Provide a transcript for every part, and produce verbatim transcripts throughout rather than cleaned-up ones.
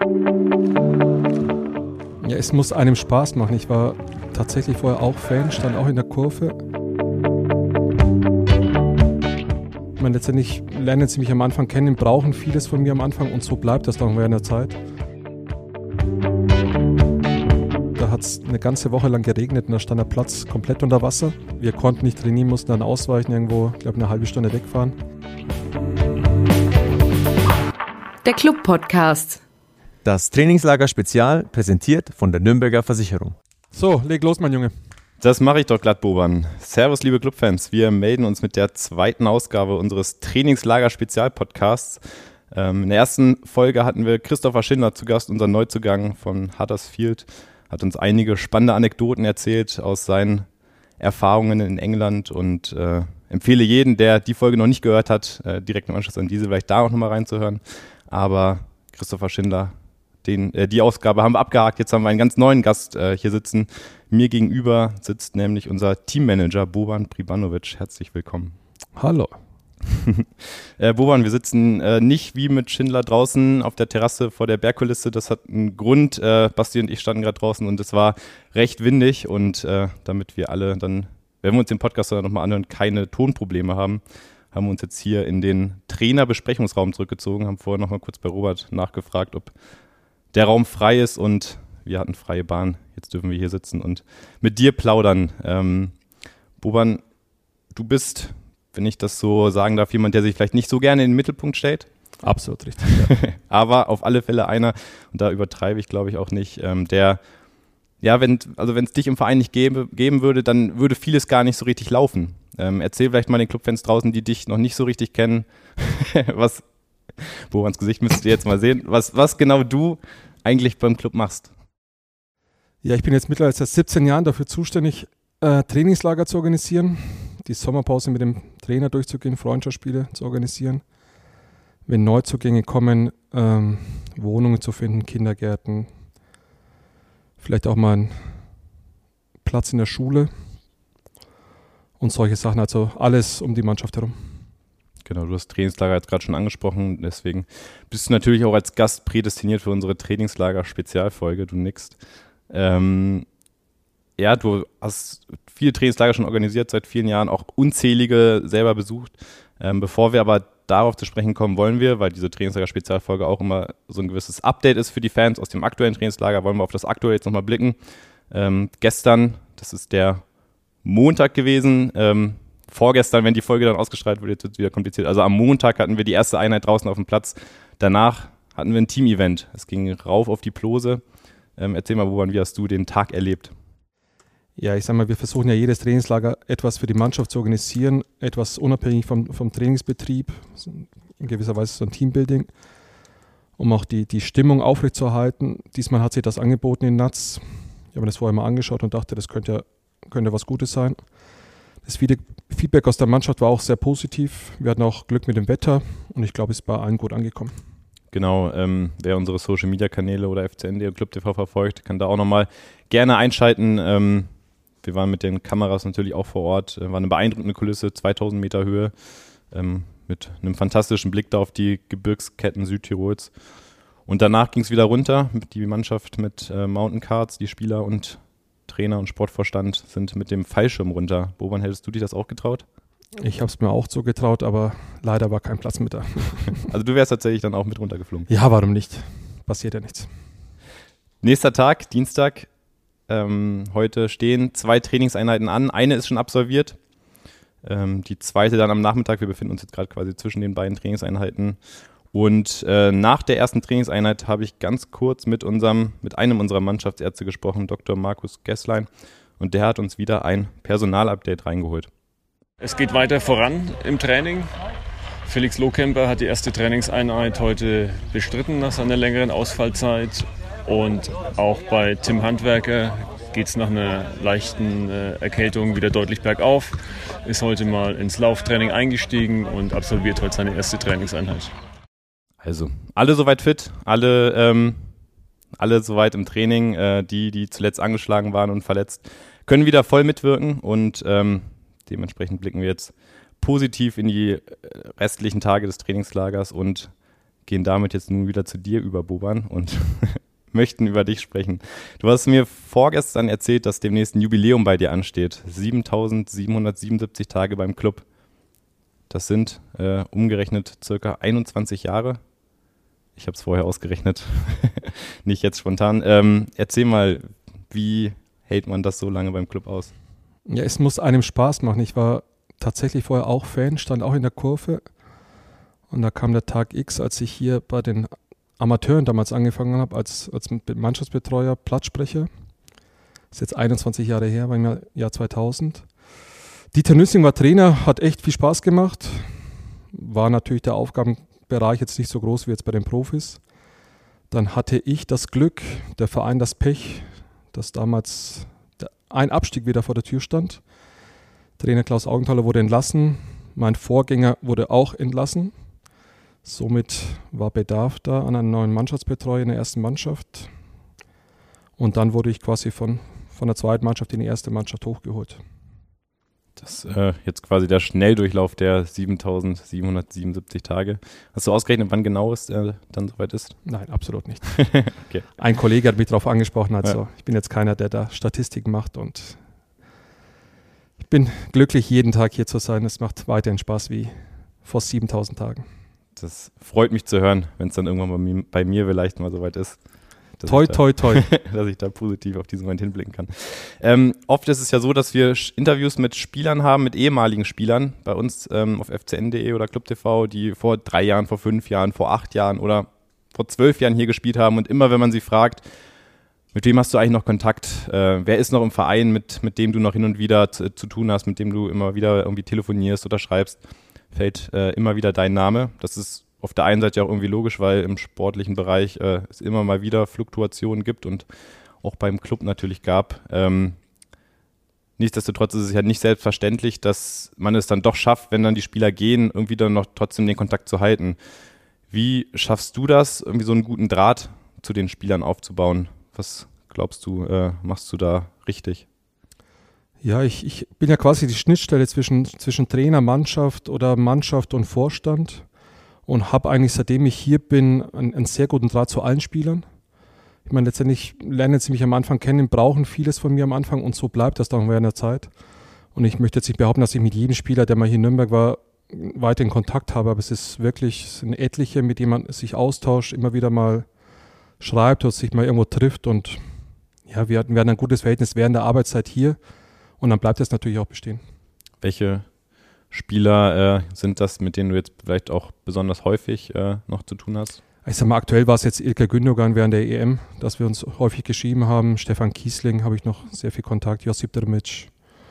Ja, es muss einem Spaß machen. Ich war tatsächlich vorher auch Fan, stand auch in der Kurve. Ich meine, letztendlich lernen sie mich am Anfang kennen, brauchen vieles von mir am Anfang und so bleibt das dann während der Zeit. Da hat es eine ganze Woche lang geregnet und da stand der Platz komplett unter Wasser. Wir konnten nicht trainieren, mussten dann ausweichen, irgendwo, ich glaube, eine halbe Stunde wegfahren. Der Club-Podcast. Das Trainingslager Spezial, präsentiert von der Nürnberger Versicherung. So, leg los, mein Junge. Das mache ich doch glatt, Boban. Servus, liebe Clubfans. Wir melden uns mit der zweiten Ausgabe unseres Trainingslager-Spezial-Podcasts. Ähm, in der ersten Folge hatten wir Christopher Schindler zu Gast, unser Neuzugang von Huddersfield. Hat uns einige spannende Anekdoten erzählt aus seinen Erfahrungen in England und äh, empfehle jeden, der die Folge noch nicht gehört hat, äh, direkt im Anschluss an diese vielleicht da auch nochmal reinzuhören. Aber Christopher Schindler, den, äh, die Ausgabe haben wir abgehakt. Jetzt haben wir einen ganz neuen Gast äh, hier sitzen. Mir gegenüber sitzt nämlich unser Teammanager Boban Pribanovic. Herzlich willkommen. Hallo. äh, Boban, wir sitzen äh, nicht wie mit Schindler draußen auf der Terrasse vor der Bergkulisse. Das hat einen Grund. Äh, Basti und ich standen gerade draußen und es war recht windig. Und äh, damit wir alle dann, wenn wir uns den Podcast dann nochmal anhören, keine Tonprobleme haben, haben wir uns jetzt hier in den Trainerbesprechungsraum zurückgezogen, haben vorher nochmal kurz bei Robert nachgefragt, ob der Raum frei ist und wir hatten freie Bahn. Jetzt dürfen wir hier sitzen und mit dir plaudern. Ähm, Boban, du bist, wenn ich das so sagen darf, jemand, der sich vielleicht nicht so gerne in den Mittelpunkt stellt. Absolut richtig. Ja. Aber auf alle Fälle einer, und da übertreibe ich glaube ich auch nicht, ähm, der, ja, wenn also wenn es dich im Verein nicht gäbe, geben würde, dann würde vieles gar nicht so richtig laufen. Ähm, erzähl vielleicht mal den Clubfans draußen, die dich noch nicht so richtig kennen, was, Bobans Gesicht müsst ihr jetzt mal sehen, was, was genau du eigentlich beim Club machst. Ja, ich bin jetzt mittlerweile seit siebzehn Jahren dafür zuständig, äh, Trainingslager zu organisieren, die Sommerpause mit dem Trainer durchzugehen, Freundschaftsspiele zu organisieren. Wenn Neuzugänge kommen, ähm, Wohnungen zu finden, Kindergärten, vielleicht auch mal einen Platz in der Schule und solche Sachen, also alles um die Mannschaft herum. Genau, du hast Trainingslager jetzt gerade schon angesprochen, deswegen bist du natürlich auch als Gast prädestiniert für unsere Trainingslager-Spezialfolge, du nickst. Ähm, ja, du hast viele Trainingslager schon organisiert, seit vielen Jahren auch unzählige selber besucht. Ähm, bevor wir aber darauf zu sprechen kommen, wollen wir, weil diese Trainingslager-Spezialfolge auch immer so ein gewisses Update ist für die Fans aus dem aktuellen Trainingslager, wollen wir auf das aktuelle jetzt nochmal blicken. Ähm, gestern, das ist der Montag gewesen, ähm, vorgestern, wenn die Folge dann ausgestrahlt wurde, jetzt wird es wieder kompliziert. Also am Montag hatten wir die erste Einheit draußen auf dem Platz. Danach hatten wir ein Team-Event. Es ging rauf auf die Plose. Ähm, erzähl mal, Boban, wie hast du den Tag erlebt? Ja, ich sag mal, wir versuchen ja jedes Trainingslager etwas für die Mannschaft zu organisieren, etwas unabhängig vom, vom Trainingsbetrieb, in gewisser Weise so ein Teambuilding, um auch die, die Stimmung aufrechtzuerhalten. Diesmal hat sich das angeboten in Natz. Ich habe mir das vorher mal angeschaut und dachte, das könnte ja könnte was Gutes sein. Das Feedback aus der Mannschaft war auch sehr positiv. Wir hatten auch Glück mit dem Wetter und ich glaube, es ist bei allen gut angekommen. Genau, ähm, wer unsere Social-Media-Kanäle oder F C N D und Club T V verfolgt, kann da auch nochmal gerne einschalten. Ähm, wir waren mit den Kameras natürlich auch vor Ort. War eine beeindruckende Kulisse, zweitausend Meter Höhe, ähm, mit einem fantastischen Blick da auf die Gebirgsketten Südtirols. Und danach ging es wieder runter. Die Mannschaft mit äh, Mountain Cards, die Spieler und Trainer und Sportvorstand sind mit dem Fallschirm runter. Boban, hättest du dich das auch getraut? Ich habe es mir auch zugetraut, aber leider war kein Platz mit da. Also du wärst tatsächlich dann auch mit runtergeflogen? Ja, warum nicht? Passiert ja nichts. Nächster Tag, Dienstag. Ähm, heute stehen zwei Trainingseinheiten an. Eine ist schon absolviert. Ähm, die zweite dann am Nachmittag. Wir befinden uns jetzt gerade quasi zwischen den beiden Trainingseinheiten. Und äh, nach der ersten Trainingseinheit habe ich ganz kurz mit unserem, mit einem unserer Mannschaftsärzte gesprochen, Doktor Markus Gesslein, und der hat uns wieder ein Personalupdate reingeholt. Es geht weiter voran im Training. Felix Lohkemper hat die erste Trainingseinheit heute bestritten nach seiner längeren Ausfallzeit. Und auch bei Tim Handwerker geht es nach einer leichten äh, Erkältung wieder deutlich bergauf. Ist heute mal ins Lauftraining eingestiegen und absolviert heute seine erste Trainingseinheit. Also, alle soweit fit, alle, ähm, alle soweit im Training, äh, die, die zuletzt angeschlagen waren und verletzt, können wieder voll mitwirken und ähm, dementsprechend blicken wir jetzt positiv in die restlichen Tage des Trainingslagers und gehen damit jetzt nun wieder zu dir über, Boban, und möchten über dich sprechen. Du hast mir vorgestern erzählt, dass demnächst ein Jubiläum bei dir ansteht. siebentausendsiebenhundertsiebenundsiebzig Tage beim Club. Das sind äh, umgerechnet circa einundzwanzig Jahre. Ich habe es vorher ausgerechnet, nicht jetzt spontan. Ähm, erzähl mal, wie hält man das so lange beim Club aus? Ja, es muss einem Spaß machen. Ich war tatsächlich vorher auch Fan, stand auch in der Kurve. Und da kam der Tag X, als ich hier bei den Amateuren damals angefangen habe, als, als Mannschaftsbetreuer, Platzsprecher. Das ist jetzt einundzwanzig Jahre her, war im Jahr zweitausend. Dieter Nüssing war Trainer, hat echt viel Spaß gemacht. War natürlich der Aufgabenbereich jetzt nicht so groß wie jetzt bei den Profis. Dann hatte ich das Glück, der Verein das Pech, dass damals der, ein Abstieg wieder vor der Tür stand. Trainer Klaus Augenthaler wurde entlassen, mein Vorgänger wurde auch entlassen. Somit war Bedarf da an einem neuen Mannschaftsbetreuer in der ersten Mannschaft. Und dann wurde ich quasi von, von der zweiten Mannschaft in die erste Mannschaft hochgeholt. Das ist äh, jetzt quasi der Schnelldurchlauf der siebentausendsiebenhundertsiebenundsiebzig Tage. Hast du ausgerechnet, wann genau es äh, dann soweit ist? Nein, absolut nicht. Okay. Ein Kollege hat mich darauf angesprochen, also Ja. ich bin jetzt keiner, der da Statistiken macht, und ich bin glücklich, jeden Tag hier zu sein. Es macht weiterhin Spaß wie vor siebentausend Tagen. Das freut mich zu hören, wenn es dann irgendwann bei mir, bei mir vielleicht mal soweit ist. dass Toi, ich da- toi, toi. dass ich da positiv auf diesen Moment hinblicken kann. Ähm, oft ist es ja so, dass wir Sch- Interviews mit Spielern haben, mit ehemaligen Spielern, bei uns ähm, auf f c n punkt d e oder Club T V, die vor drei Jahren, vor fünf Jahren, vor acht Jahren oder vor zwölf Jahren hier gespielt haben. Und immer, wenn man sie fragt, mit wem hast du eigentlich noch Kontakt? Äh, wer ist noch im Verein, mit, mit dem du noch hin und wieder zu, zu tun hast, mit dem du immer wieder irgendwie telefonierst oder schreibst, fällt äh, immer wieder dein Name. Das ist auf der einen Seite auch irgendwie logisch, weil im sportlichen Bereich äh, es immer mal wieder Fluktuationen gibt und auch beim Club natürlich gab. Ähm, nichtsdestotrotz ist es ja nicht selbstverständlich, dass man es dann doch schafft, wenn dann die Spieler gehen, irgendwie dann noch trotzdem den Kontakt zu halten. Wie schaffst du das, irgendwie so einen guten Draht zu den Spielern aufzubauen? Was glaubst du, äh, machst du da richtig? Ja, ich, ich bin ja quasi die Schnittstelle zwischen, zwischen Trainer, Mannschaft oder Mannschaft und Vorstand und habe eigentlich, seitdem ich hier bin, einen, einen sehr guten Draht zu allen Spielern. Ich meine, letztendlich lernen sie mich am Anfang kennen, brauchen vieles von mir am Anfang, und so bleibt das dann während der Zeit. Und ich möchte jetzt nicht behaupten, dass ich mit jedem Spieler, der mal hier in Nürnberg war, weiter in Kontakt habe, aber es ist wirklich, es sind etliche, mit denen man sich austauscht, immer wieder mal schreibt oder sich mal irgendwo trifft, und ja, wir hatten, wir hatten ein gutes Verhältnis während der Arbeitszeit hier, und dann bleibt es natürlich auch bestehen. Welche Spieler äh, sind das, mit denen du jetzt vielleicht auch besonders häufig äh, noch zu tun hast? Ich sag mal, aktuell war es jetzt Ilkay Gündogan während der E M, dass wir uns häufig geschrieben haben. Stefan Kiesling habe ich noch sehr viel Kontakt, Josip Drmic.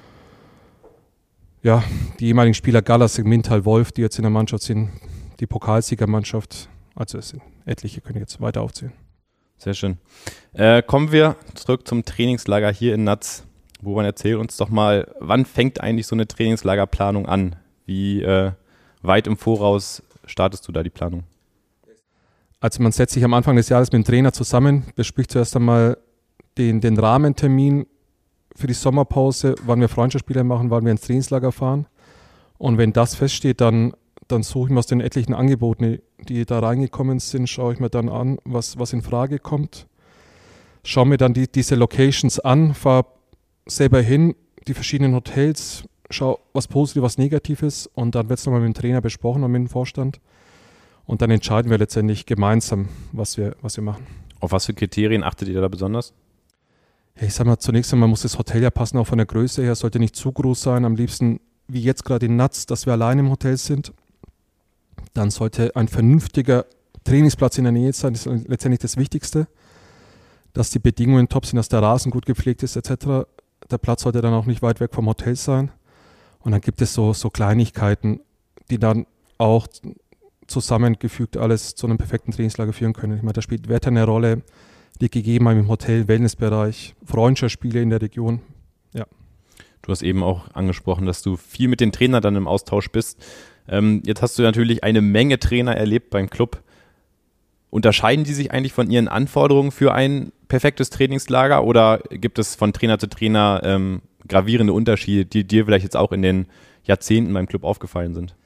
Ja, die ehemaligen Spieler Gallas, Mintal, Wolf, die jetzt in der Mannschaft sind, die Pokalsiegermannschaft. Also es sind etliche, können ich jetzt weiter aufzählen. Sehr schön. Äh, kommen wir zurück zum Trainingslager hier in Natz. Woran, erzähl uns doch mal, wann fängt eigentlich so eine Trainingslagerplanung an? Wie äh, weit im Voraus startest du da die Planung? Also man setzt sich am Anfang des Jahres mit dem Trainer zusammen, bespricht zuerst einmal den, den Rahmentermin für die Sommerpause, wann wir Freundschaftsspiele machen, wann wir ins Trainingslager fahren. Und wenn das feststeht, dann, dann suche ich mir aus den etlichen Angeboten, die da reingekommen sind, schaue ich mir dann an, was, was in Frage kommt. Schaue mir dann die, diese Locations an, fahre selber hin, die verschiedenen Hotels, schaue, was positiv, was negativ ist, und dann wird es nochmal mit dem Trainer besprochen und mit dem Vorstand. Und dann entscheiden wir letztendlich gemeinsam, was wir, was wir machen. Auf was für Kriterien achtet ihr da besonders? Ja, ich sag mal, zunächst einmal muss das Hotel ja passen, auch von der Größe her, sollte nicht zu groß sein. Am liebsten, wie jetzt gerade in Natz, dass wir allein im Hotel sind. Dann sollte ein vernünftiger Trainingsplatz in der Nähe sein, das ist letztendlich das Wichtigste. Dass die Bedingungen top sind, dass der Rasen gut gepflegt ist, et cetera. Der Platz sollte dann auch nicht weit weg vom Hotel sein. Und dann gibt es so, so Kleinigkeiten, die dann auch zusammengefügt alles zu einem perfekten Trainingslager führen können. Ich meine, da spielt Wetter eine Rolle, die Gegebenheiten im Hotel, Wellnessbereich, Freundschaftsspiele in der Region. Ja. Du hast eben auch angesprochen, dass du viel mit den Trainern dann im Austausch bist. Ähm, jetzt hast du natürlich eine Menge Trainer erlebt beim Club. Unterscheiden die sich eigentlich von ihren Anforderungen für ein perfektes Trainingslager, oder gibt es von Trainer zu Trainer ähm, gravierende Unterschiede, die dir vielleicht jetzt auch in den Jahrzehnten beim Club aufgefallen sind?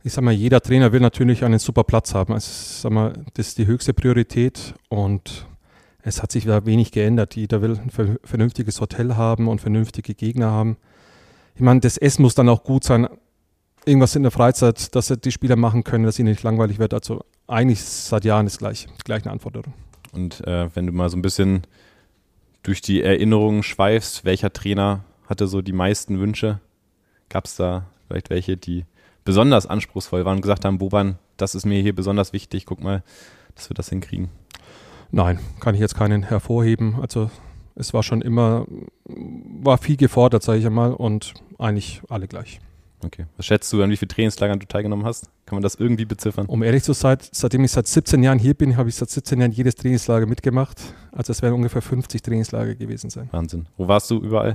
Ich sag mal, jeder Trainer will natürlich einen super Platz haben. Also, sag mal, das ist die höchste Priorität und es hat sich da wenig geändert. Jeder will ein vernünftiges Hotel haben und vernünftige Gegner haben. Ich meine, das Essen muss dann auch gut sein. Irgendwas in der Freizeit, dass die Spieler machen können, dass ihnen nicht langweilig wird. Also eigentlich seit Jahren ist gleich, die gleichen Anforderungen. Und äh, wenn du mal so ein bisschen durch die Erinnerungen schweifst, welcher Trainer hatte so die meisten Wünsche? Gab es da vielleicht welche, die besonders anspruchsvoll waren und gesagt haben, Boban, das ist mir hier besonders wichtig, guck mal, dass wir das hinkriegen? Nein, kann ich jetzt keinen hervorheben. Also es war schon immer, war viel gefordert, sage ich einmal, und eigentlich alle gleich. Okay. Was schätzt du, an wie vielen Trainingslagern du teilgenommen hast? Kann man das irgendwie beziffern? Um ehrlich zu sein, seitdem ich seit siebzehn Jahren hier bin, habe ich seit siebzehn Jahren jedes Trainingslager mitgemacht. Also es werden ungefähr fünfzig Trainingslager gewesen sein. Wahnsinn. Wo warst du überall?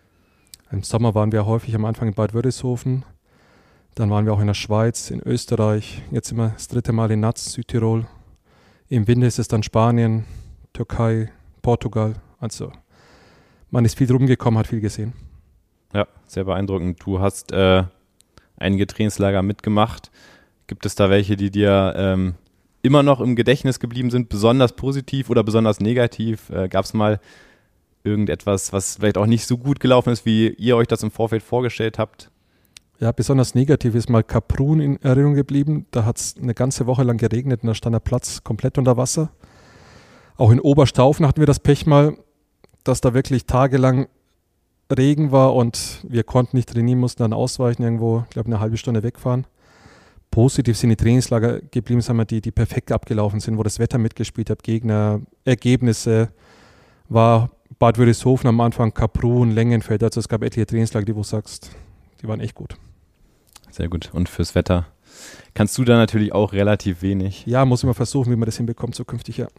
Im Sommer waren wir häufig am Anfang in Bad Wörishofen. Dann waren wir auch in der Schweiz, in Österreich. Jetzt sind wir das dritte Mal in Natz, Südtirol. Im Winter ist es dann Spanien, Türkei, Portugal. Also man ist viel rumgekommen, hat viel gesehen. Ja, sehr beeindruckend. Du hast äh, einige Trainingslager mitgemacht. Gibt es da welche, die dir ähm, immer noch im Gedächtnis geblieben sind, besonders positiv oder besonders negativ? Äh, Gab es mal irgendetwas, was vielleicht auch nicht so gut gelaufen ist, wie ihr euch das im Vorfeld vorgestellt habt? Ja, besonders negativ ist mal Kaprun in Erinnerung geblieben. Da hat es eine ganze Woche lang geregnet und da stand der Platz komplett unter Wasser. Auch in Oberstaufen hatten wir das Pech mal, dass da wirklich tagelang Regen war und wir konnten nicht trainieren, mussten dann ausweichen, irgendwo, ich glaube, eine halbe Stunde wegfahren. Positiv sind die Trainingslager geblieben, sagen wir, die, die perfekt abgelaufen sind, wo das Wetter mitgespielt hat, Gegner, Ergebnisse, war Bad Wörishofen am Anfang, Kaprun, Längenfeld, also es gab etliche Trainingslager, die du sagst, die waren echt gut. Sehr gut. Und fürs Wetter kannst du da natürlich auch relativ wenig. Ja, muss ich mal versuchen, wie man das hinbekommt zukünftig, ja.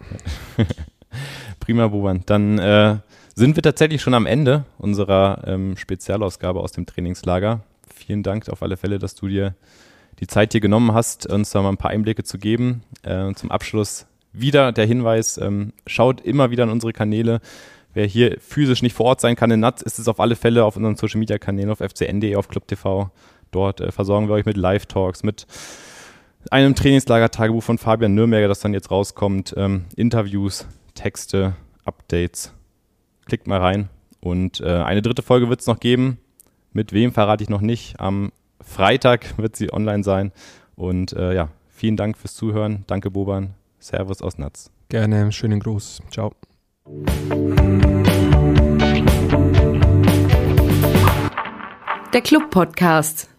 Prima, Boban. Dann äh, sind wir tatsächlich schon am Ende unserer ähm, Spezialausgabe aus dem Trainingslager. Vielen Dank auf alle Fälle, dass du dir die Zeit hier genommen hast, uns da mal ein paar Einblicke zu geben. Äh, zum Abschluss wieder der Hinweis, ähm, schaut immer wieder in unsere Kanäle. Wer hier physisch nicht vor Ort sein kann in Natz, ist es auf alle Fälle auf unseren Social-Media-Kanälen, auf f c n punkt d e, auf Club T V. Dort äh, versorgen wir euch mit Live-Talks, mit einem Trainingslager-Tagebuch von Fabian Nürnberger, das dann jetzt rauskommt, ähm, Interviews, Texte, Updates. Klickt mal rein. Und äh, eine dritte Folge wird es noch geben. Mit wem verrate ich noch nicht. Am Freitag wird sie online sein. Und äh, ja, vielen Dank fürs Zuhören. Danke, Boban. Servus aus Natz. Gerne, schönen Gruß. Ciao. Der Club Podcast.